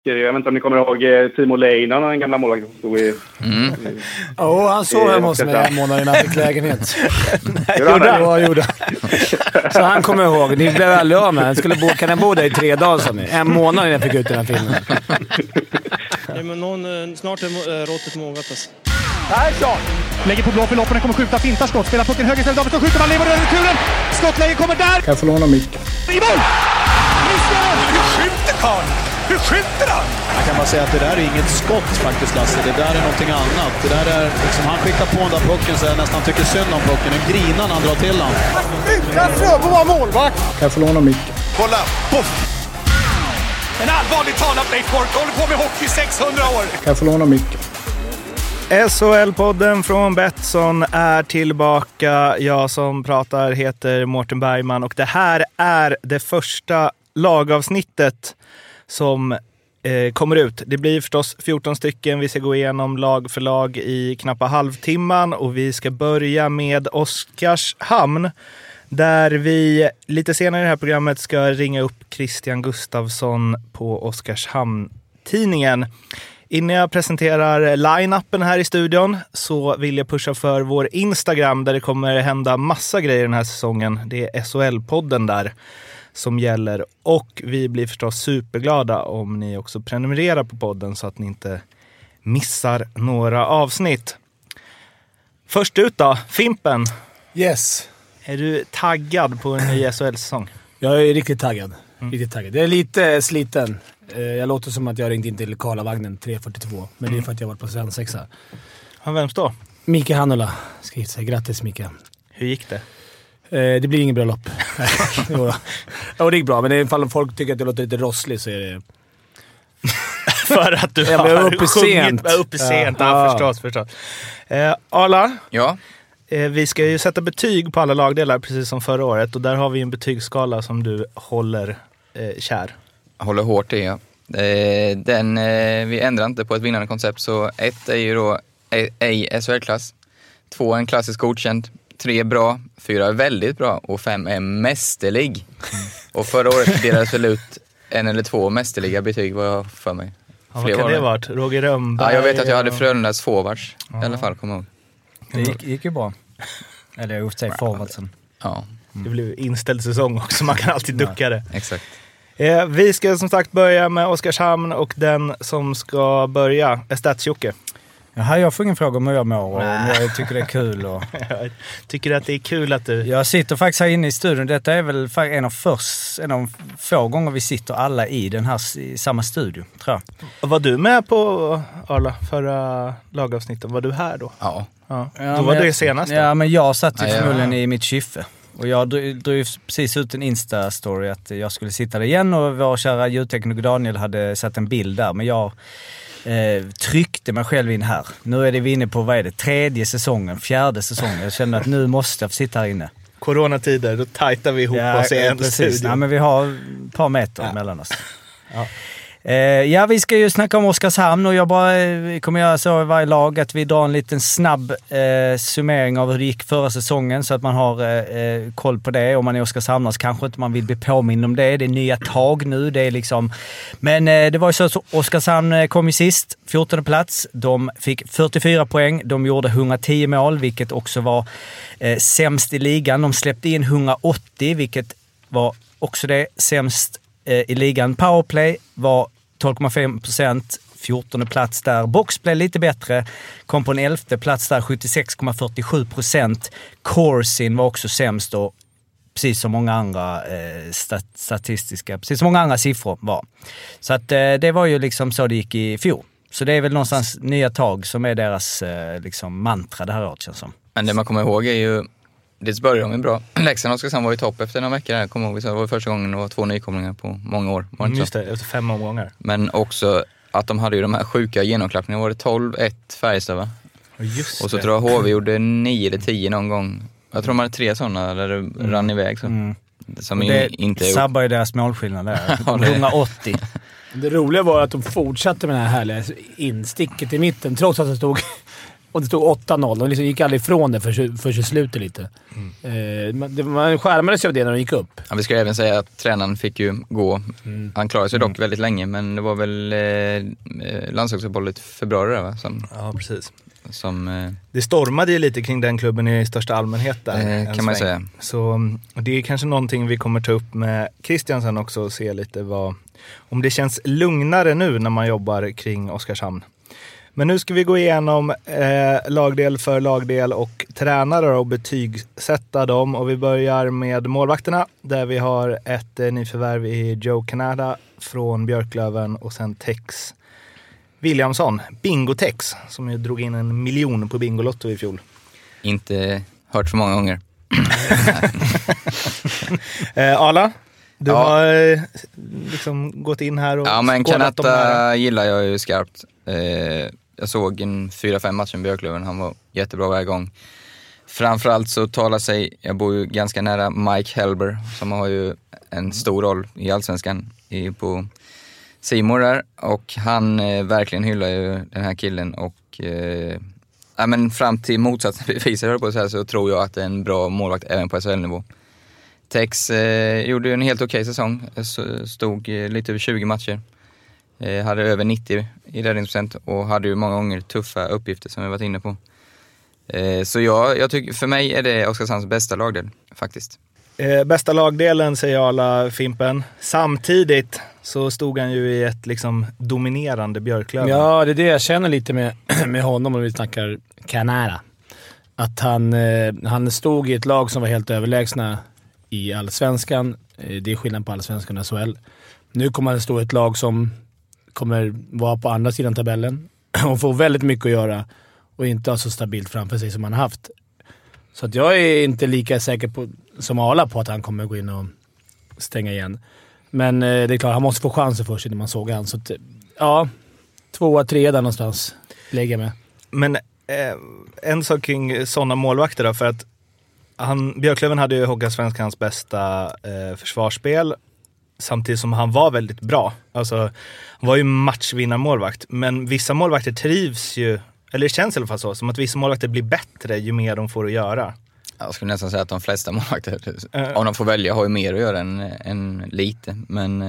Jag vet inte om ni kommer ihåg Timo Leinonen, den gamla målvakten som stod i... Han sov hemma hos mig en månad innan han fick lägenhet. Gjorde. Så han kommer ihåg. Ni blev väl av med. Kan jag bo där i 3 dagar, sa ni. En månad innan jag fick ut den här filmen. Nej, men snart är råttet mogat alltså. Persson! Lägger på blå för loppen, kommer skjuta, fintar skott. Spelar pucken höger istället, Davidsson skjuter, man lever över returen. Skottläge kommer där! Kan jag få låna micken? I mål! Hur skjuter Karl? Hur skjuter han? Man kan bara säga att det där är inget skott faktiskt, Lasse. Det där är någonting annat. Det där är liksom, han skickar på den där pucken så jag nästan tycker synd om pucken. En grinan han drar till han. Utan Fröbo var målvakt! Kan jag få låna micken? Kolla! Puff! En allvarlig talad Blake Bork håller på med hockey 600 år! Kan jag få låna micken? SHL-podden från Betsson är tillbaka. Jag som pratar heter Mårten Bergman och det här är det första lagavsnittet som kommer ut. Det blir förstås 14 stycken. Vi ska gå igenom lag för lag i knappa halvtimman och vi ska börja med Oskarshamn där vi lite senare i det här programmet ska ringa upp Christian Gustafsson på Oskarshamn-tidningen. Innan jag presenterar line-upen här i studion så vill jag pusha för vår Instagram där det kommer hända massa grejer den här säsongen. Det är SHL-podden där som gäller och vi blir förstås superglada om ni också prenumererar på podden så att ni inte missar några avsnitt. Först ut då, Fimpen. Yes. Är du taggad på en ny SHL-säsong? Jag är riktigt taggad. Riktigt taggad. Jag är lite sliten. Jag låter som att jag ringde in till Karlavagnen 3:42. Men det är för att jag varit på svensexa. Vem då? Mika Hanola. Skrivit sig. Grattis Mika. Hur gick det? Det blir ingen bröllop. Ja, det gick bra. Men ifall folk tycker att jag låter lite rosslig så är det... För att du har uppe sent. Uppe sent, ja. Förstås. Arla? Ja? Vi ska ju sätta betyg på alla lagdelar precis som förra året. Och där har vi en betygsskala som du håller kär. Håller hårt i, ja. Vi ändrar inte på ett vinnande koncept. Så 1 är ju då ej SHL-klass. 2 är en klassisk godkänd. 3 bra, 4 är väldigt bra och 5 är mästerlig. Och förra året delades väl ut 1 eller 2 mästerliga betyg var jag för mig. Ja, vad kan det varit? Roger Rönnberg? Ja, jag vet att jag hade Frölundas forwards i alla fall, kommer jag ihåg. Det gick ju bra. Eller jag säger forwardsen. Ja. Det blev inställd säsong också, man kan alltid ducka det. Exakt. Vi ska som sagt börja med Oskarshamn och den som ska börja är Stats-Jocke. Jaha, jag får ingen fråga om hur jag mår och jag tycker det är kul. Och... Jag tycker att det är kul att du... Jag sitter faktiskt här inne i studion. Detta är väl en av få gånger vi sitter alla i den här i samma studio, tror jag. Var du med på Arla förra lagavsnittet? Var du här då? Ja. Då var det senast. Ja, men jag satt ju förmodligen i mitt kyffe. Och jag drog precis ut en Insta-story att jag skulle sitta där igen och vår kära ljudtekniker Daniel hade satt en bild där. Men jag tryckte mig själv in här. Nu är vi inne på, 3:e säsongen, 4:e säsongen. Jag känner att nu måste jag få sitta här inne. Coronatider, då tajtar vi ihop oss i en studio. Ja, men vi har ett par meter mellan oss. Ja. Vi ska ju snacka om Oskarshamn och jag kommer göra så i varje lag att vi drar en liten snabb summering av hur det gick förra säsongen så att man har koll på det. Om man är Oskarshamn så kanske inte man vill bli påminn om det. Det är nya tag nu. Det är liksom... Men det var ju så att Oskarshamn kom i sist, 14:e plats. De fick 44 poäng. De gjorde 110 mål, vilket också var sämst i ligan. De släppte in 180, vilket var också det sämst i ligan. Powerplay var 12,5%, 14:e plats där. Boxplay lite bättre, kom på en 11:e plats där, 76,47%. Corsin var också sämst och precis som många andra precis som många andra siffror var. Så att det var ju liksom så det gick i fjol. Så det är väl någonstans nya tag som är deras liksom mantra det här året, känns som. Men det man kommer ihåg är ju det började de bra. Leksand och Oskarshamn var i topp efter några veckor. Kommer ihåg, det var första gången det var 2 nykomlingar på många år. Var det just det, efter 5 omgångar. Men också att de hade ju de här sjuka genomklappningarna. Var det 12-1 Färjestad, va? Just och så det. tror jag HV gjorde 9 eller 10 någon gång. Jag tror de hade 3 sådana där det rann iväg. Så. Som det inte sabbar ju deras målskillnad där. 180. Det roliga var att de fortsatte med det här härliga insticket i mitten trots att det stod Och det stod 8-0. De liksom gick aldrig ifrån det för slutet lite. Man skärmades av det när de gick upp. Ja, vi ska även säga att tränaren fick ju gå. Han klarade sig dock väldigt länge, men det var väl landslagsuppehållet i februari där, va? Ja, precis. Som, det stormade ju lite kring den klubben i största allmänhet där. Kan man säga. Så det är kanske någonting vi kommer ta upp med Christian sen också och se lite om det känns lugnare nu när man jobbar kring Oskarshamn. Men nu ska vi gå igenom lagdel för lagdel och tränare och betygsätta dem. Och vi börjar med målvakterna där vi har ett nyförvärv i Joe Canada från Björklöven och sen Tex Williamson, Bingo-Tex, som ju drog in 1 miljon på Bingolotto i fjol. Inte hört för många gånger. Ala, du har liksom gått in här och ja, men Kanata gillar jag ju skarpt. Jag såg en 4-5 matcher med Björklöven. Han var jättebra varje gång. Framförallt så talar sig, jag bor ju ganska nära Mike Helber som har ju en stor roll i Allsvenskan på C-more där. Och han verkligen hyllar ju den här killen. Och men fram till motsatsen bevisar på så här, så tror jag att det är en bra målvakt även på SHL-nivå. Tex gjorde en helt okej säsong. Stod lite över 20 matcher. Hade över 90 i räddningsprocent och hade ju många gånger tuffa uppgifter som vi varit inne på. Så jag tycker, för mig är det Oskarshamns bästa lagdel faktiskt. Bästa lagdelen säger alla Fimpen. Samtidigt så stod han ju i ett liksom dominerande Björklöven. Ja, det är det jag känner lite med honom om vi snackar Canara. Att han stod i ett lag som var helt överlägsna i Allsvenskan. Det är skillnad på Allsvenskan och SHL. Nu kommer han stå i ett lag som kommer vara på andra sidan tabellen och få väldigt mycket att göra och inte ha så stabilt framför sig som han har haft. Så att jag är inte lika säker som Ala på att han kommer gå in och stänga igen. Men det är klart, han måste få chansen först innan man såg han. Så att, ja, 2-3 där någonstans lägger med. Men en sak kring sådana målvakter då, för att Björklöven hade ju Hockeyallsvenskans bästa försvarsspel samtidigt som han var väldigt bra. Alltså, han var ju matchvinnarmålvakt. Men vissa målvakter trivs ju, eller det känns i alla fall så, som att vissa målvakter blir bättre ju mer de får att göra. Jag skulle nästan säga att de flesta målvakter, om de får välja, har ju mer att göra än lite. Men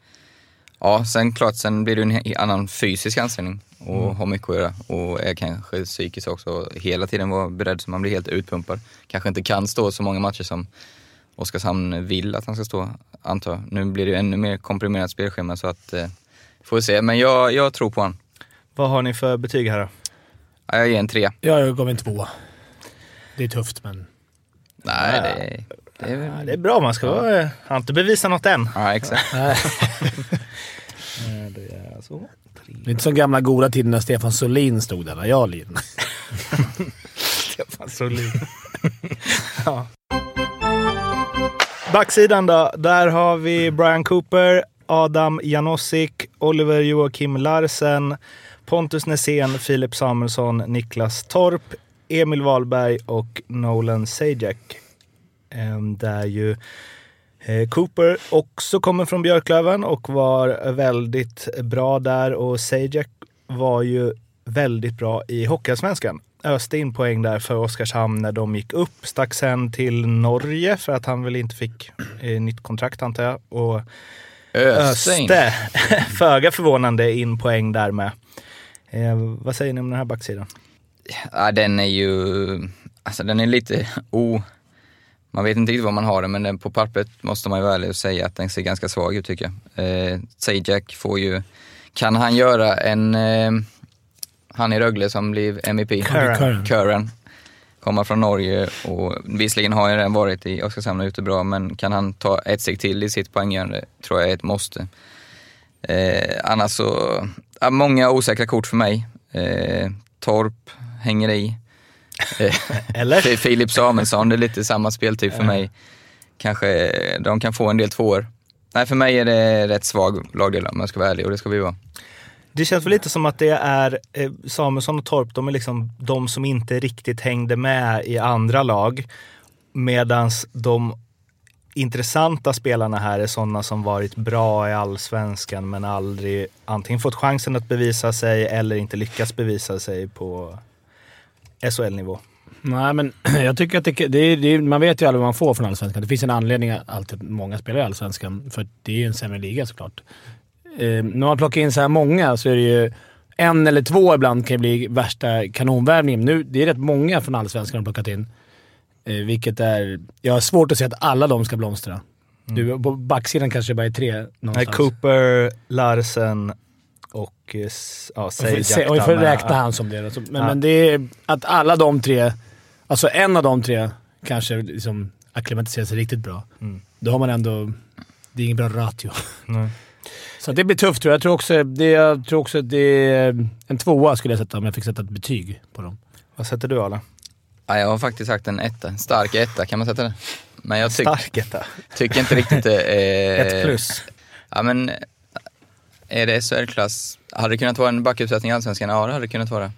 ja, sen blir det en annan fysisk anställning och har mycket att göra. Och är kanske psykiskt också. Hela tiden vara beredd så man blir helt utpumpad. Kanske inte kan stå så många matcher som Oskarshamn vill att han ska stå, antar. Nu blir det ju ännu mer komprimerat spelschema så att får vi se. Men jag tror på han. Vad har ni för betyg här då? Ja, jag ger en 3. Jag gav en 2. Det är tufft, men... Nej, det är bra. Man ska har inte bevisa något än. Ja, exakt. Det är så. Det är inte så gamla goda tiden när Stefan Solin stod där när jag led. Stefan Solin. Ja. Backsidan då, där har vi Brian Cooper, Adam Janosik, Oliver Joakim Larsen, Pontus Nässén, Filip Samuelsson, Niklas Torp, Emil Wahlberg och Nolan Sajak. Där ju Cooper också kommer från Björklöven och var väldigt bra där, och Sajak var ju väldigt bra i Hockeyallsvenskan. Öste in poäng där för Oskarshamn när de gick upp. Stack sen till Norge för att han väl inte fick nytt kontrakt, antar jag. Och öste föga förvånande in poäng där med. Vad säger ni om den här backsidan? Ja, den är ju... Alltså den är lite... Man vet inte riktigt vad man har den, men den på pappret måste man ju vara ärlig och säga att den ser ganska svag ut, tycker jag. Sajak får ju... Kan han göra en... han i Rögle som blev MVP. Curran. Kommer från Norge och visserligen har han varit i Oskarshamn och ute bra, men kan han ta ett steg till i sitt poänggörande tror jag är ett måste. Annars så... många osäkra kort för mig. Torp hänger i. Eller? Filip Samuelsson, det är lite samma speltyp för mig. Kanske de kan få en del 2 år. Nej, för mig är det rätt svag lagdel om jag ska vara ärlig, och det ska vi vara. Det känns väl lite som att det är Samuelsson och Torp, de är liksom de som inte riktigt hängde med i andra lag, medans de intressanta spelarna här är sådana som varit bra i Allsvenskan men aldrig antingen fått chansen att bevisa sig eller inte lyckats bevisa sig på SHL-nivå. Nej, men jag tycker att man vet ju aldrig vad man får från Allsvenskan. Det finns en anledning att alltid många spelar i Allsvenskan, för det är ju en sämre liga såklart. När man plockar in så här många så är det ju 1 eller 2 ibland kan bli värsta kanonvärvningen. Nu, det är rätt många från Allsvenskan de plockat in. Vilket är... Jag har svårt att se att alla de ska blomstra. På backsidan kanske det bara är 3 någonstans. Nej, Cooper, Larsen och Sejak. Och vi får räkna han som det. Men det är att alla de 3... Alltså en av de 3 kanske liksom akklimatiserar sig riktigt bra. Då har man ändå... Det är ingen bra ratio. Så det blir tufft tror jag. Jag tror också att det är en 2 skulle jag sätta om jag fick sätta ett betyg på dem. Vad sätter du, Arla? Ja, jag har faktiskt sagt en 1. Stark 1 kan man sätta det. Men jag Stark 1. Tycker inte riktigt... 1+. Ja, men är det SHL-klass? Hade det kunnat vara en backuppsättning i Allsvenskan? Ja, det hade det kunnat vara.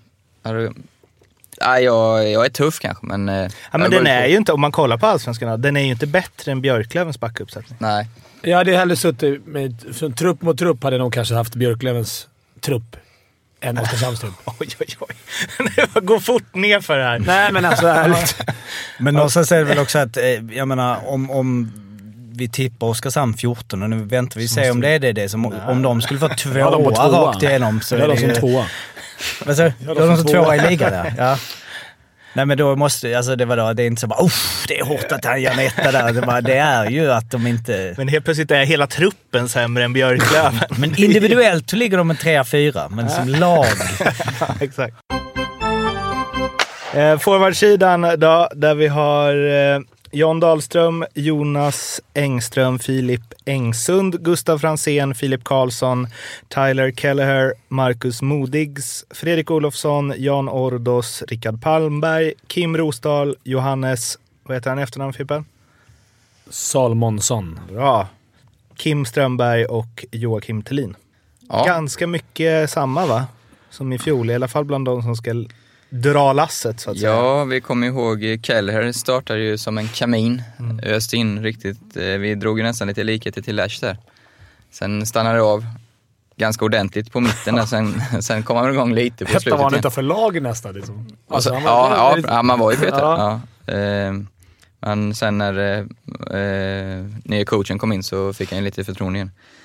Jag är tuff kanske, men... Ja, men den är ju inte, om man kollar på Allsvenskan, den är ju inte bättre än Björklövens backuppsättning. Nej. Jag hade hellre suttit med trupp mot trupp hade jag nog kanske haft Björklövens trupp än Oskarshamns trupp. Oj. Det går fort ner för det här. Nej, men alltså ärligt. Men någonstans är det väl också att, jag menar, om vi tippar Oskarshamn 14 och nu väntar vi se om det är det som, om de skulle få 2 rakt igenom så är det ju... 2. Vad säger du? De som 2 i ligan där. Ja. Nej, men då måste, alltså det är inte så bara, det är hårt att han gör en 1 där. Det är ju att de inte... Men helt plötsligt är hela truppen sämre än Björklöven. Men individuellt ligger de med 3-4, men som lag. Exakt. Forwardsidan då, där vi har John Dahlström, Jonas Engström, Filip Engsund, Gustav Fransén, Filip Karlsson, Tyler Kelleher, Marcus Modigs, Fredrik Olofsson, Jan Ordos, Rickard Palmberg, Kim Rosdahl, Johannes, vad heter han efternamn, Fippen? Salmonsson. Bra. Kim Strömberg och Joakim Thelin. Ja. Ganska mycket samma, va? Som i fjol, i alla fall bland de som ska dra lasset, så att säga. Ja, vi kommer ihåg Kelleher startade ju som en kamin. Öste in riktigt. Vi drog ju nästan lite likheter till Lash där. Sen stannade det av ganska ordentligt på mitten där. Sen kom han igång lite på slutet. Hette var han utanför lagen nästan liksom. Alltså, man var ju Peter. Ja. Men sen när nya coachen kom in så fick han lite förtroende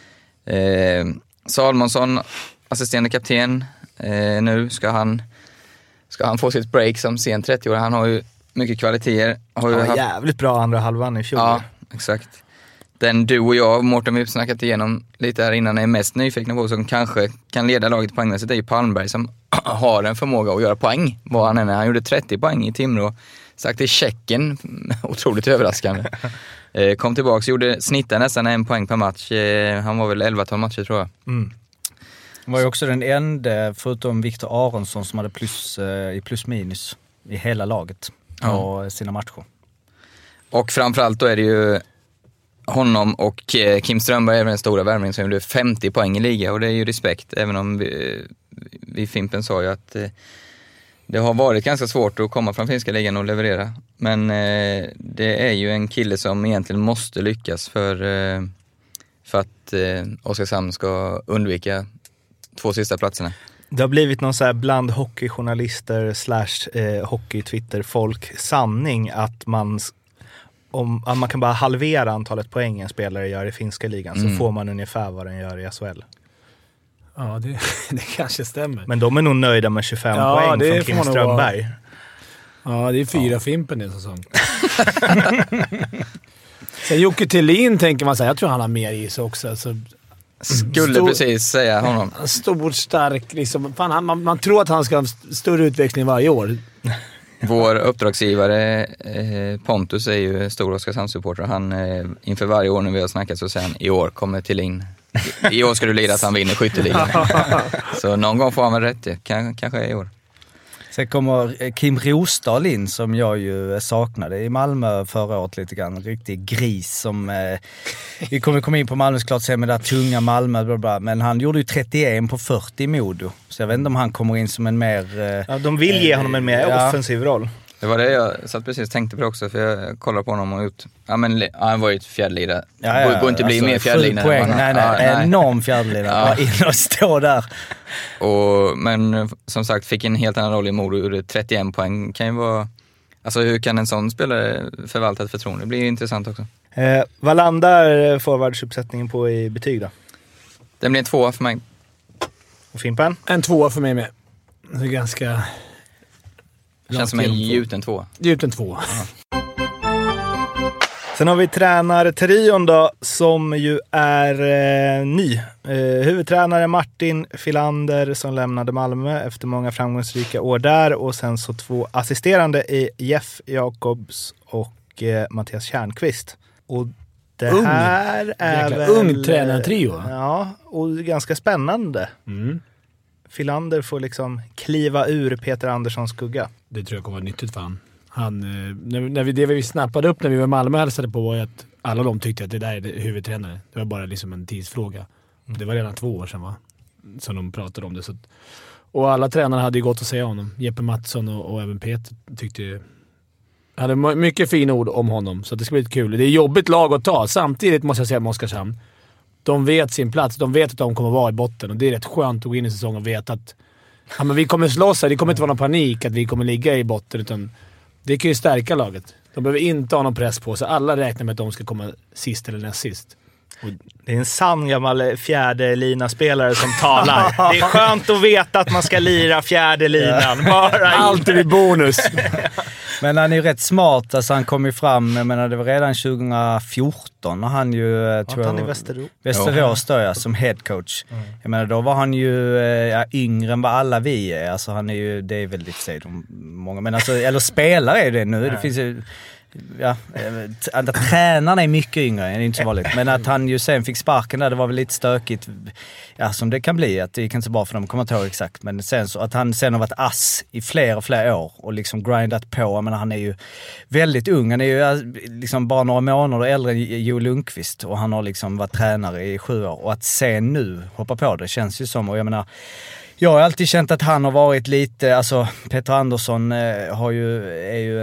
igen. Salmonsson, assisterande kapten. Nu ska han få sitt break som sen 30 år. Han har ju mycket kvaliteter. Jävligt bra andra halvan i fjol. Ja, exakt. Den du och jag, Mårten, vi har snackat igenom lite här innan, är mest nyfikna på som kanske kan leda laget poängmässigt. Det är ju Palmberg som har en förmåga att göra poäng. Vad han än är. Han gjorde 30 poäng i Timrå. Sagt i Tjeckien. Otroligt överraskande. Kom tillbaka och snittade nästan 1 poäng per match. Han var väl 11-12 matcher tror jag. Han var ju också den enda, förutom Viktor Aronsson, som hade plus minus i hela laget på sina matcher. Och framförallt då är det ju honom och Kim Strömberg är den stora värvningen som gjorde 50 poäng i liga, och det är ju respekt, även om vi Fimpen sa ju att det har varit ganska svårt att komma från finska ligan och leverera. Men det är ju en kille som egentligen måste lyckas för att Oskarshamn ska undvika 2 sista platserna. Det har blivit någon så här bland hockeyjournalister / hockey-twitter-folk sanning att man kan bara halvera antalet poäng en spelare gör i finska ligan, så får man ungefär vad den gör i SHL. Ja, det kanske stämmer. Men de är nog nöjda med 25 poäng från Kim Strömberg. Ja, det är 4 Fimpen i säsong. Sen Jocke Thelin tänker man säga, jag tror han har mer i sig också. Alltså, skulle precis säga honom. Stor, stark, liksom. Fan, man tror att han ska ha större utveckling varje år. Vår uppdragsgivare Pontus är ju stor Oskarshamns-supporter. Han inför varje år när vi har snackat så säger han, i år kommer Thelin. I år ska du lida att han vinner skytteligan. Så någon gång får han väl rätt. Kanske i år. Sen kommer Kim Rosdahl in, som jag ju saknade i Malmö förra året lite grann. En riktig gris som... vi kommer komma in på Malmö såklart sen med det där tunga Malmö. Blablabla, men han gjorde ju 31 på 40 i Modo. Så jag vet inte om han kommer in som en mer... de vill ge honom en mer offensiv roll. Det var det jag satt precis tänkte på också, för jag kollade på honom och ut. Han var ju ett fjärdlirare. Går inte bli mer fjärdlirare. Nej. Enorm fjärdlirare. Bara in och stå där. Men som sagt, fick en helt annan roll i Modo. 31 poäng kan ju vara... Alltså hur kan en sån spelare förvalta ett förtroende? Det blir ju intressant också. Vad landar forwardsuppsättningen på i betyg då? Det blir en 2 för mig. Och Fimpen? En 2 för mig med. Det är ganska... Känns som en gjuten 2. Gjuten 2. Sen har vi tränartrion då, som ju är ny. Huvudtränare Martin Filander som lämnade Malmö efter många framgångsrika år där. Och sen så 2 assisterande i Jeff Jakobs och Mattias Tjärnqvist. Och det här är väl... ung tränartrio. Ja, och ganska spännande. Filander får liksom kliva ur Peter Anderssons skugga. Det tror jag kommer vara nyttigt för han. Det vi snappade upp när vi var i Malmö och hälsade på var att alla de tyckte att det där är huvudtränare. Det var bara liksom en tidsfråga. Det var redan 2 år sedan som de pratade om det. Så att, och alla tränare hade ju gått att säga honom. Jeppe Mattsson och även Peter tyckte hade mycket fina ord om honom. Så det ska bli lite kul. Det är jobbigt lag att ta. Samtidigt måste jag säga med Oskarshamn. De vet sin plats. De vet att de kommer vara i botten. Och det är rätt skönt att gå in i säsongen och veta att men vi kommer slåss här. Det kommer inte vara någon panik att vi kommer ligga i botten. Utan det kan ju stärka laget. De behöver inte ha någon press på sig. Alla räknar med att de ska komma sist eller näst sist. Det är en sann gammal fjärde lina-spelare som talar. Det är skönt att veta att man ska lira fjärde linan. Alltid i bonus. Men han är ju rätt smart. Alltså han kom ju fram, jag menar det var redan 2014 och han ju... tror han jag, i Västerås då, ja, som headcoach. Jag menar då var han ju yngre än vad alla vi är. Alltså han är ju, det är väl lite sig många, men alltså, eller spelare är det nu. Det finns ju... Ja, att tränarna är mycket yngre, det är inte så vanligt. Men att han ju sen fick sparken där, det var väl lite stökigt. Ja, som det kan bli, att det gick inte så bra för dem, kommer inte ihåg exakt. Men sen så att han sen har varit ass i flera år och liksom grindat på. Men han är ju väldigt ung, han är ju liksom bara några månader äldre än Jo Lundqvist. Och han har liksom varit tränare i 7 år. Och att sen nu hoppa på det känns ju som, och jag menar... Jag har alltid känt att han har varit lite, alltså Peter Andersson är ju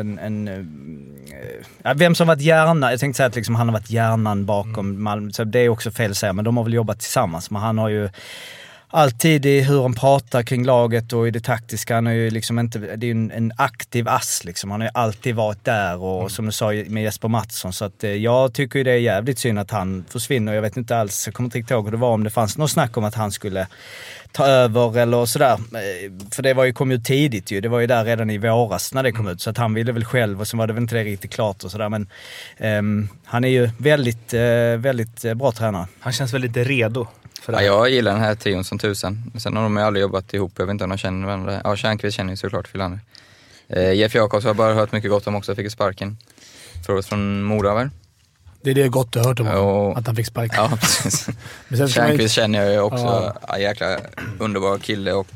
vem som varit hjärnan, jag tänkte säga att liksom han har varit hjärnan bakom Malmö, så det är också fel att säga, men de har väl jobbat tillsammans, men han har ju alltid i hur han pratar kring laget och i det taktiska, han är ju liksom inte, det är ju en aktiv ass liksom, han har ju alltid varit där och som du sa med Jesper Mattsson, så att jag tycker ju det är jävligt synd att han försvinner. Jag vet inte alls, jag kommer inte riktigt ihåg hur det var, om det fanns något snack om att han skulle ta över eller sådär, för det kom ju tidigt ju, det var ju där redan i våras när det kom ut, så att han ville väl själv och sen var det väl inte riktigt klart och sådär, men han är ju väldigt bra tränare. Han känns väldigt redo. Ja, jag gillar den här trion som tusen. Sen har de ju aldrig jobbat ihop. Jag vet inte om de känner varandra. Ja, Tjärnqvist känner ju såklart Filander. Jeff Jakobs har bara hört mycket gott om också. Fick sparken. Från Mora. Det är det gott du har hört om. Att han fick sparken. Ja, precis. Tjärnqvist känner jag ju också. Ja, jäkla underbar kille och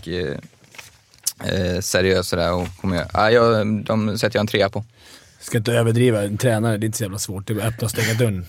seriös sådär. Och de sätter jag en 3 på. Ska inte överdriva. En tränare, det är inte så jävla svårt. Det är att öppna och stänga dörren.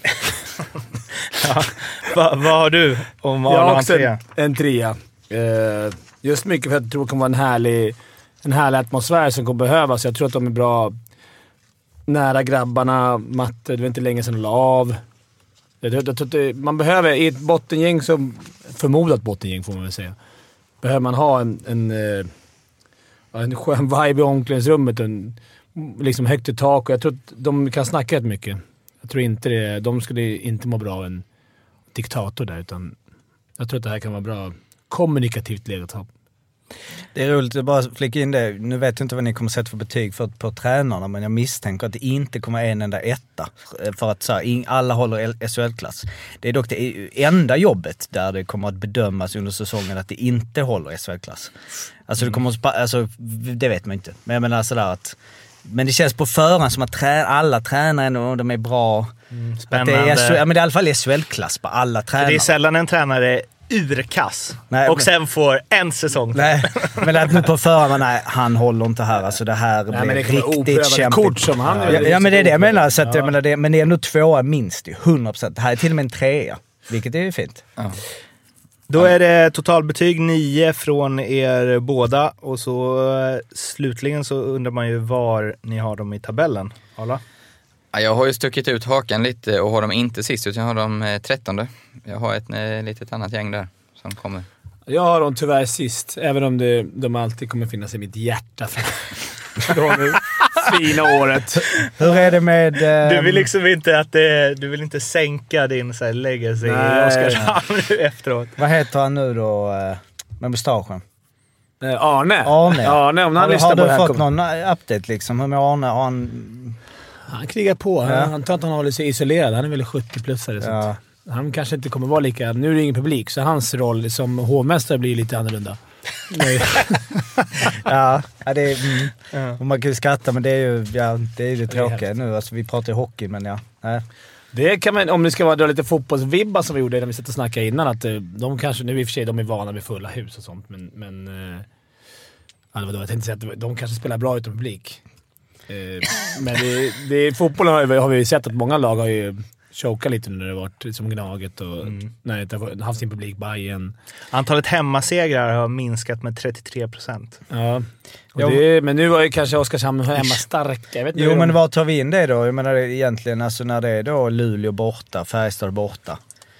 Vad har du om jag har också en 3. Just mycket för att jag tror det kommer vara en härlig atmosfär som kommer behövas. Jag tror att de är bra nära grabbarna. Matte, det var inte länge sedan de la av. Jag tror att man behöver i ett bottengäng, som förmodat bottengäng får man väl säga, behöver man ha en skön vibe i omklädningsrummet, liksom högt i tak, och jag tror att de kan snacka rätt mycket. Jag tror inte de skulle inte må bra av en diktator där, utan jag tror att det här kan vara bra kommunikativt ledarskap. Det är roligt att bara flika in det. Nu vet jag inte vad ni kommer sätta för betyg på tränarna, men jag misstänker att det inte kommer en enda 1 för att alla håller SHL-klass. Det är dock det enda jobbet där det kommer att bedömas under säsongen att det inte håller SHL-klass. Alltså det kommer alltså det vet man inte. Men jag menar sådär att, men det känns på förhand som att alla tränare och de är bra. Spännande. Det är, men det är i alla fall SHL-klass på alla tränare. För det är sällan en tränare urkass och sen får en säsong. Nej, men att nu på förhand, han håller inte här. Alltså det här blir riktigt kämpigt. Kort som han är. Ja, men det är det jag menar. Så att, jag menar det, men det är ändå 2 minst, 100%. Det här är till och med en 3, vilket är ju fint. Ja. Då är det totalbetyg 9 från er båda. Och så slutligen så undrar man ju var ni har dem i tabellen. Alla? Ja, jag har ju stuckit ut hakan lite och har dem inte sist, utan jag har dem 13:e. Jag har ett litet annat gäng där som kommer. Jag har dem tyvärr sist, även om de alltid kommer finnas i mitt hjärta från det fina året. Hur är det med... Du vill liksom inte du vill inte sänka din så här legacy i Oskarshamn efteråt. Vad heter han nu då med mustaschen? Arne, om han lyssnar på det här. Har du fått någon update liksom? Hur med Arne? Han krigar på. Han tror att han håller sig isolerad. Han är väl 70-plussare. Ja. Han kanske inte kommer vara lika... Nu är det ingen publik, så hans roll som hovmästare blir lite annorlunda. Ja, det är... Man kan ju skratta, men det är ju det tråkiga nu. Alltså, vi pratar ju hockey, men ja. Det kan man, om det ska vara lite fotbollsvibba som vi gjorde när vi satt och snackade innan, att de kanske, nu i och för sig, de är vana med fulla hus och sånt, men jag tänkte säga att de kanske spelar bra utan publik. Men fotbollen har vi ju sett att många lag har ju chokat lite när det har varit som Gnaget och när det har haft sin publik Bayern. Antalet hemmasegrar har minskat med 33%. Ja. Men nu var ju kanske Oskarshamn hemma starka. Jag vet inte. Jo, men vad tar vi in det då? Jag menar egentligen, alltså när det är då Luleå borta, Färjestad borta.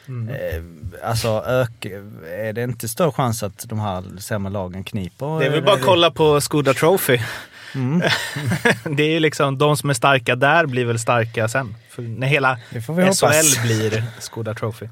Är det inte större chans att de här sämre lagen kniper? Det är väl bara att kolla på Skoda Trophy. Det är ju liksom, de som är starka där blir väl starka sen. För när hela SHL blir Skoda Trophy.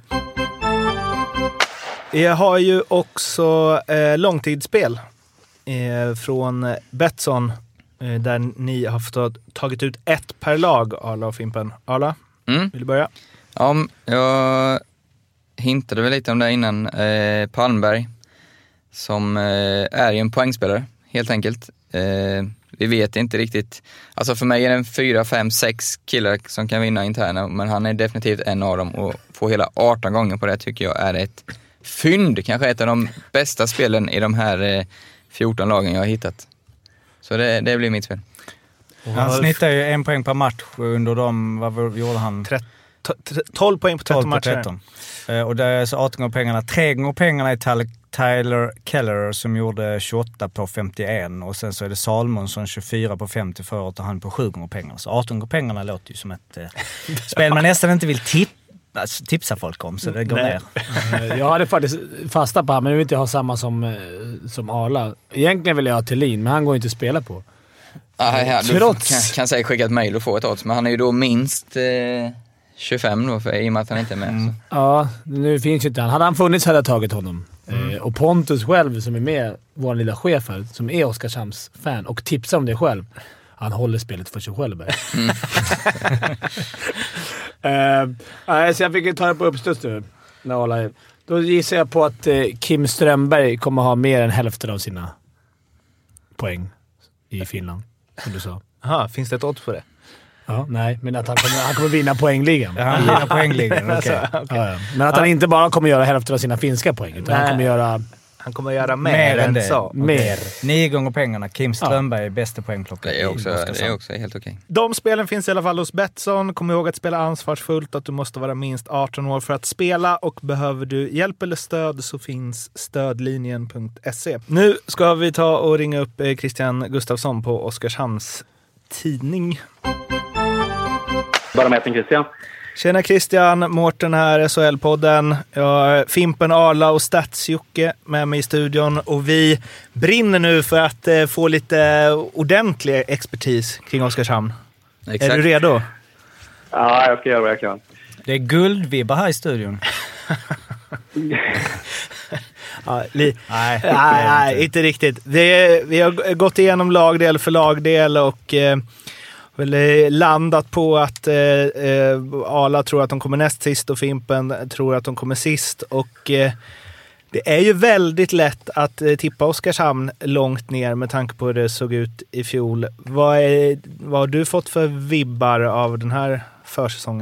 Jag har ju också långtidsspel från Betsson där ni har tagit ut 1 per lag, Arla och Fimpen. Arla, vill du börja? Ja, jag hintade väl lite om det innan. Palmberg, som är ju en poängspelare, helt enkelt. Vi vet inte riktigt. Alltså för mig är det en 4, 5, 6 killar som kan vinna interna, men han är definitivt en av dem, och få hela 18 gånger på det tycker jag är ett fynd. Kanske ett av de bästa spelen i de här 14 lagen jag har hittat. Så det blir mitt spel. Han snittar ju 1 poäng per match under vad gjorde han? 12 poäng på 13 matcher. Och det är så 18 gånger pengarna. 3 gånger pengarna är Tyler Keller som gjorde 28 på 51, och sen så är det Salmonsson 24 på 50 förut och han på 7 gånger pengarna. Så 18 gånger pengarna låter ju som ett spel man nästan inte vill tipsa folk om, så det går ner. Jag hade faktiskt fasta på, men nu vill inte jag ha samma som Arla. Egentligen vill jag ha Thelin, men han går inte att spela på. Du kan säga skicka ett mejl och få ett odds, men han är ju då minst 25 då, i och med att han inte är med. Så. Ja, nu finns ju inte han. Hade han funnits hade jag tagit honom. Och Pontus själv, som är med, vår lilla chef här, som är Oskarshamns fan och tipsar om det själv. Han håller spelet för sig själv. Så jag fick ta det på uppstuds nu. Då gissar jag på att Kim Strömberg kommer ha mer än hälften av sina poäng i Finland, som du sa. Aha, finns det ett odds på det? Ja, nej, men att han kommer vinna poängligan. Ja, han vinner poängligan, okej. Ja. Men att han inte bara kommer göra hälften av sina finska poäng, utan han kommer göra mer än det. Så. Mer. 9 gånger pengarna. Kim Strömberg är bästa poängplockare. Det är också helt okej. De spelen finns i alla fall hos Betsson. Kom ihåg att spela ansvarsfullt, att du måste vara minst 18 år för att spela, och behöver du hjälp eller stöd så finns stödlinjen.se. Nu ska vi ta och ringa upp Christian Gustafsson på Oskarshamns tidning. Barometern Christian. Tjena Christian, Mårten här, SHL-podden. Jag har Fimpen, Arla och Stats-Jocke med mig i studion, och vi brinner nu för att få lite ordentlig expertis kring Oskarshamn. Exakt. Är du redo? Ja, jag ska göra vad jag kan. Det är guldvibbar här i studion. Nej, inte riktigt. Vi har gått igenom lagdel för lagdel och landat på att Arla tror att de kommer näst sist och Fimpen tror att de kommer sist, och det är ju väldigt lätt att tippa Oskarshamn långt ner med tanke på hur det såg ut i fjol. Vad har du fått för vibbar av den här försäsongen?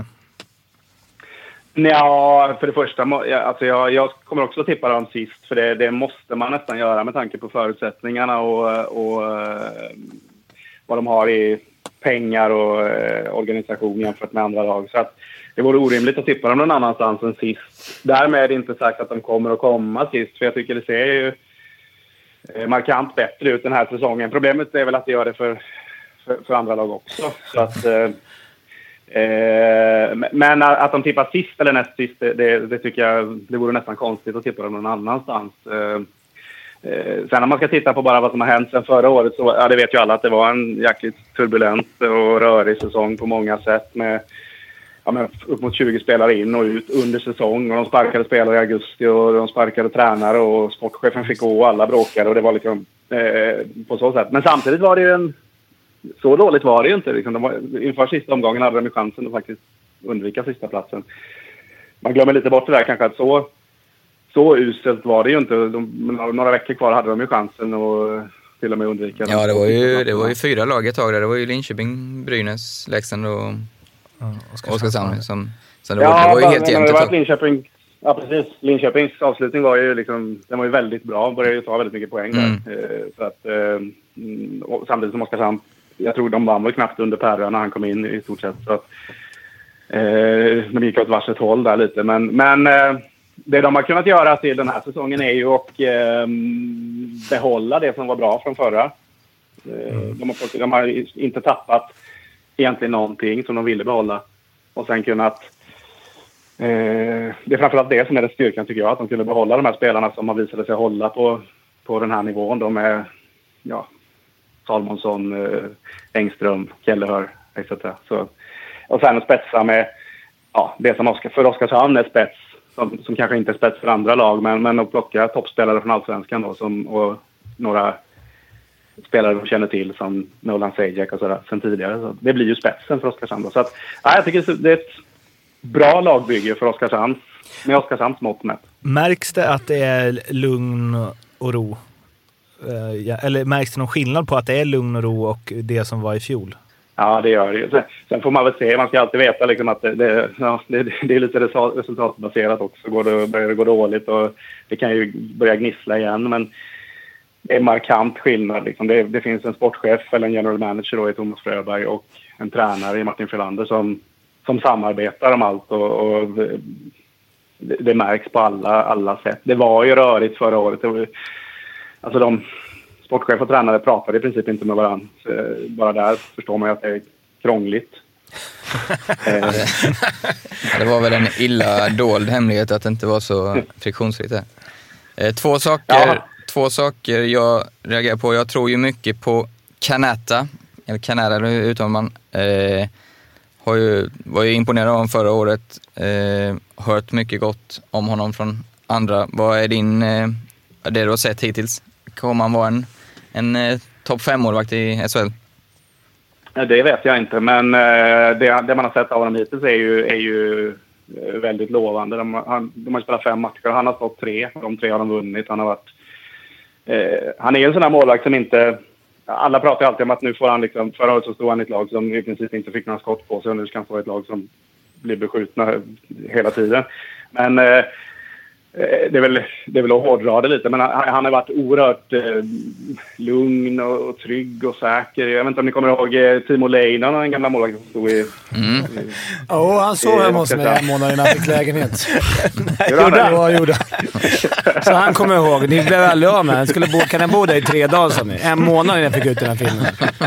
Ja, för det första, jag kommer också att tippa dem sist, för det måste man nästan göra med tanke på förutsättningarna och vad de har i pengar och organisation jämfört med andra lag. Så att det vore orimligt att tippa dem någon annanstans än sist. Därmed är det inte sagt att de kommer att komma sist, för jag tycker det ser ju markant bättre ut den här säsongen. Problemet är väl att det gör det för andra lag också. Så att, men att de tippar sist eller näst sist, det tycker jag det vore nästan konstigt att tippa dem någon annanstans. Sen om man ska titta på bara vad som har hänt sen förra året, så det vet ju alla att det var en jäkligt turbulent och rörig säsong på många sätt med upp mot 20 spelare in och ut under säsong, och de sparkade spelare i augusti och de sparkade tränare och sportchefen fick gå och alla bråkade, och det var liksom på så sätt. Men samtidigt var det ju så dåligt var det ju inte. Liksom, inför sista omgången hade de ju chansen att faktiskt undvika sista platsen. Man glömmer lite bort det där kanske, att så uselt var det ju inte. Några veckor kvar hade de ju chansen och till och med undvika. Ja, det var ju 4 lag ett tag där. Det var ju Linköping, Brynäs, Leksand och Oskarshamn. Så det var ju helt jämnt. Det var Linköping, ja precis. Linköpings avslutning var ju liksom, den var ju väldigt bra. Började ju ta väldigt mycket poäng där. Så att, samtidigt som Oskarshamn, jag tror de vann väl knappt under Perra när han kom in i stort sett. Så att, de gick åt varsitt håll där lite. Men det de har kunnat göra till den här säsongen är ju att behålla det som var bra från förra. De har inte tappat egentligen någonting som de ville behålla. Och sen kunnat... det är framförallt det som är det styrkan, tycker jag. Att de kunde behålla de här spelarna som har visat sig hålla på den här nivån. De är Salmonsson, Engström, Kjellehör etc. Så, och sen att spetsa med det som för Oskarshamn är spets. Som kanske inte är spets för andra lag, men att plocka toppspelare från Allsvenskan då, och några spelare de känner till som Nolan Sajak och sådär sen tidigare. Så det blir ju spetsen för Oskarshamn då. Så att, jag tycker det är ett bra lagbygge för Oskarshamn, med Oskarshamns mått mätt. Märks det att det är lugn och ro? Eller märks det någon skillnad på att det är lugn och ro och det som var i fjol? Ja, det gör det ju. Sen får man väl se. Man ska alltid veta liksom att det är lite resultatbaserat också. Börjar det gå dåligt och det kan ju börja gnissla igen. Men det är markant skillnad. Liksom. Det finns en sportchef eller en general manager då, i Thomas Fröberg, och en tränare i Martin Frölander som samarbetar om allt. Och det märks på alla sätt. Det var ju rörigt förra året. Sportchef och tränare pratade i princip inte med varandra. Bara där förstår man ju att det är krångligt. Det var väl en illa dold hemlighet att det inte var så friktionsfritt där. Två saker jag reagerar på. Jag tror ju mycket på Kanata. Eller Kanada utan man. Var ju imponerad av honom förra året. Hört mycket gott om honom från andra. Vad är det du har sett hittills? Kommer han vara en topp 5-målvakt i SHL? Det vet jag inte, men det man har sett av honom hittills är ju väldigt lovande. De har spelat 5 matcher, han har stått 3. De 3 har de vunnit. Han är en sån här målvakt som inte... Alla pratar alltid om att nu får han liksom... Förra året så stod han i ett lag som i princip inte fick några skott på sig, och nu ska han få ett lag som blir beskjutna hela tiden. Men... Det är väl att hårdra det lite, men han har varit oerhört lugn och trygg och säker. Jag vet inte om ni kommer ihåg Timo Leinonen, den gamla målvakten som stod i... han sov hemma hos mig en månad innan han fick lägenhet. Gjorde. Så han kommer ihåg. Ni blev väldigt av med. Kan jag bo där i 3 dagar som ni? En månad innan jag fick ut den här filmen.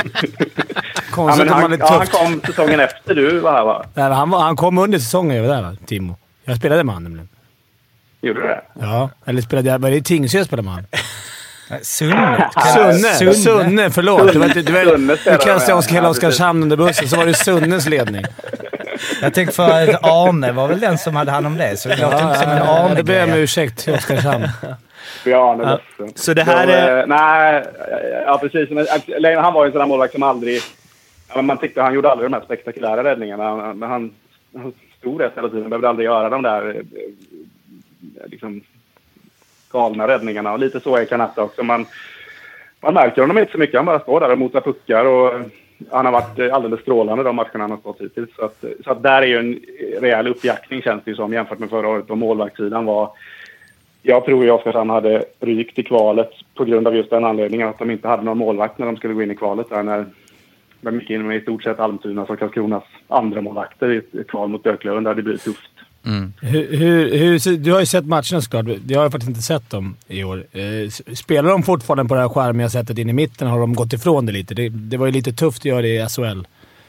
Han kom säsongen efter du var här, va? Nej, han kom under säsongen över där, va? Timo. Jag spelade med han nämligen. Gjorde du det? Ja, eller spelade jag... Var det i Tingsryd spelade man? Sunne, förlåt. Du kastade hela Oskarshamn under bussen, så var det Sunnes ledning. Jag tänkte för att Arne var väl den som hade hand om det, så det låter inte som en Arne. Det ber jag om ursäkt till Oskarshamn. Ja. Så det här är... Nej, ja precis. Han var ju en sån där målvakt som aldrig... Man tyckte han gjorde aldrig de här spektakulära räddningarna, men han stod rätt hela tiden. Han behövde aldrig göra de där... liksom galna räddningarna, och lite så är Kanata också. Man märker honom inte så mycket, han bara står där och motar puckar, och han har varit alldeles strålande de matcherna han har stått hittills. Så att där är ju en rejäl uppjaktning, känns det som, jämfört med förra året. Och målvaktssidan var... Jag tror ju Oskarshamn hade rykt i kvalet på grund av just den anledningen att de inte hade någon målvakt när de skulle gå in i kvalet där, när med mycket inom i stort sett Almtuna som Karlskronas andra målvakter i ett kval mot Björklöven där det blir tufft. Mm. Du har ju sett matcherna såklart. Jag har faktiskt inte sett dem i år. Spelar de fortfarande på det här skärmiga sättet in i mitten? Har de gått ifrån det lite? Det var ju lite tufft att göra det i SHL.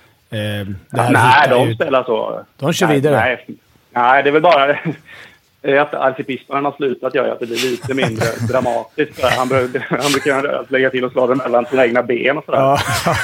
Nej, de spelar så. De kör vidare. Nej, det är väl bara att arkipistarna har slutat göra att det blir lite mindre dramatiskt. Han brukar lägga till och slå den mellan sina egna ben och sådär. Ja.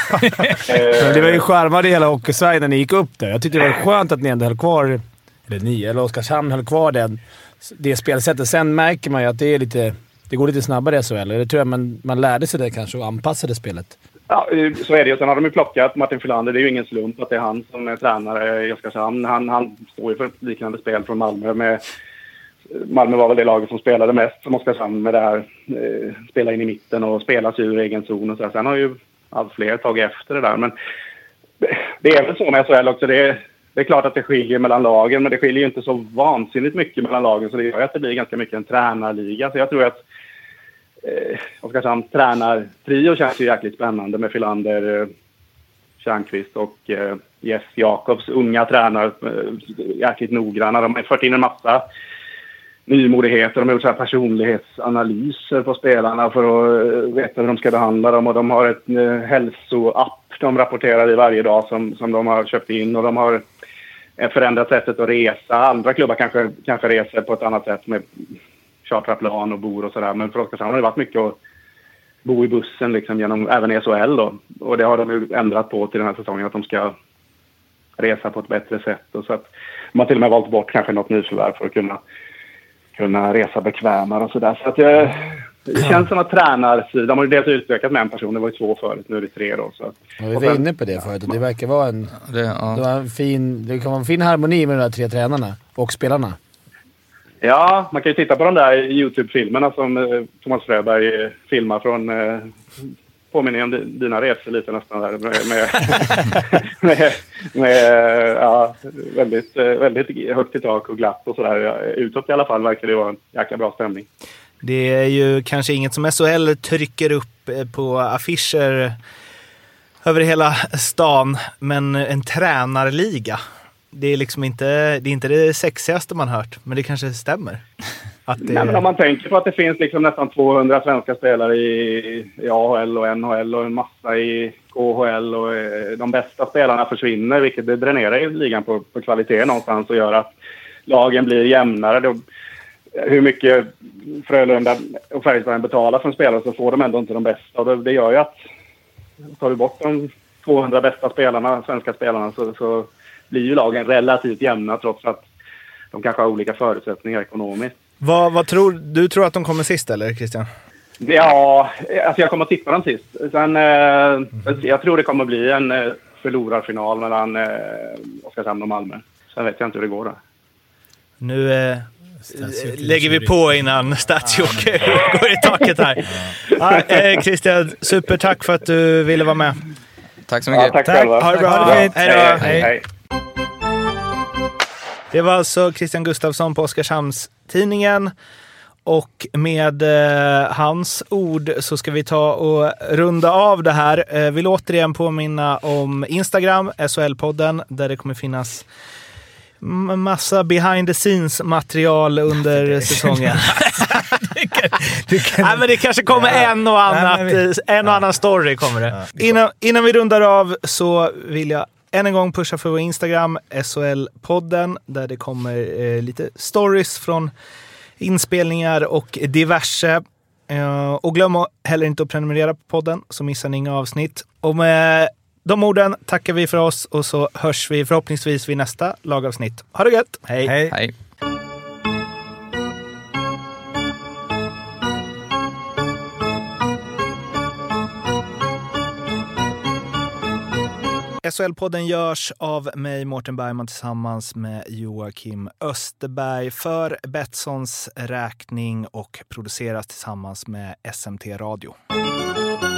Men det var ju charmade hela hockeysajden när ni gick upp där. Jag tyckte det var skönt att ni ändå höll kvar, eller Oskarshamn höll kvar det spelsättet. Sen märker man ju att det går lite snabbare i SHL. Det tror jag man lärde sig det kanske och anpassade spelet. Ja, så är det ju. Sen har de ju plockat Martin Filander. Det är ju ingen slump att det är han som är tränare i Oskarshamn. Han står ju för ett liknande spel från Malmö. Malmö var väl det laget som spelade mest som Oskarshamn med det här. Spela in i mitten och spela sig ur egen zon och så. Sen har ju allt fler tagit efter det där. Men det är väl så med SHL också. Det är klart att det skiljer mellan lagen, men det skiljer ju inte så vansinnigt mycket mellan lagen. Så det gör att det blir ganska mycket en tränarliga. Så jag tror att Oskarshamns tränartrio känns ju jäkligt spännande med Filander, Tjärnqvist och Jess Jakobs unga tränare. Jäkligt noggranna. De har fört in en massa nymodigheter. De har gjort så här personlighetsanalyser på spelarna för att veta hur de ska behandla dem. Och de har ett hälsoapp de rapporterar i varje dag som de har köpt in. Och de har förändrat sättet att resa. Andra klubbar kanske reser på ett annat sätt med charterplan och bor och sådär. Men för Oskarshamn har det varit mycket att bo i bussen liksom även i SHL då. Och det har de ju ändrat på till den här säsongen att de ska resa på ett bättre sätt. Och så att de har till och med valt bort kanske något nyförvärv för att kunna resa bekvämare och sådär. Så att det känns som att tränarsidan, de har ju dels utökat med en person, det var ju 2 förut, nu är det 3 då. Så. Ja, vi var inne på det förut och det verkar vara det kan vara en fin harmoni med de där 3 tränarna och spelarna. Ja, man kan ju titta på de där YouTube-filmerna som Thomas Fröberg filmar från påminner om dina resor lite nästan där med väldigt högt i tak och glatt och sådär. Utåt i alla fall verkar det vara en jäkla bra stämning. Det är ju kanske inget som SHL trycker upp på affischer över hela stan, men en tränarliga. Det är liksom inte det sexigaste man hört, men det kanske stämmer. Nej, men om man tänker på att det finns liksom nästan 200 svenska spelare i AHL och NHL och en massa i KHL och de bästa spelarna försvinner, vilket det dränerar i ligan på kvalitet någonstans och gör att lagen blir jämnare. Hur mycket Frölunda och Färjestad betalar för en spelare så får de ändå inte de bästa. Och det gör ju att tar du bort de 200 bästa spelarna, svenska spelarna, så blir ju lagen relativt jämna trots att de kanske har olika förutsättningar ekonomiskt. Vad tror du? Tror att de kommer sist eller Christian? Ja, alltså jag kommer att tippa dem sist. Sen, jag tror det kommer att bli en förlorarfinal mellan Oskarshamn och Malmö. Sen vet jag inte hur det går då. Nu lägger vi på innan Statsjok går i taket här. Christian, supertack för att du ville vara med. Tack så mycket. Ja, tack. Ha det bra. Hej. Det var alltså Christian Gustafsson på Oskarshamns-tidningen. Och med hans ord så ska vi ta och runda av det här. Vill återigen påminna om Instagram, SHL-podden, där det kommer finnas massa behind the scenes material under säsongen. Nej, men det kanske kommer en och annan story kommer det. Innan vi rundar av så vill jag än en gång pusha för vår Instagram, SHL-podden, där det kommer lite stories från inspelningar och diverse. Och glöm heller inte att prenumerera på podden så missar ni inga avsnitt. Och med de orden tackar vi för oss och så hörs vi förhoppningsvis vid nästa lagavsnitt. Ha det gött! Hej! Hej. SHL-podden görs av mig, Mårten Bergman, tillsammans med Joakim Österberg för Betssons räkning och produceras tillsammans med SMT Radio.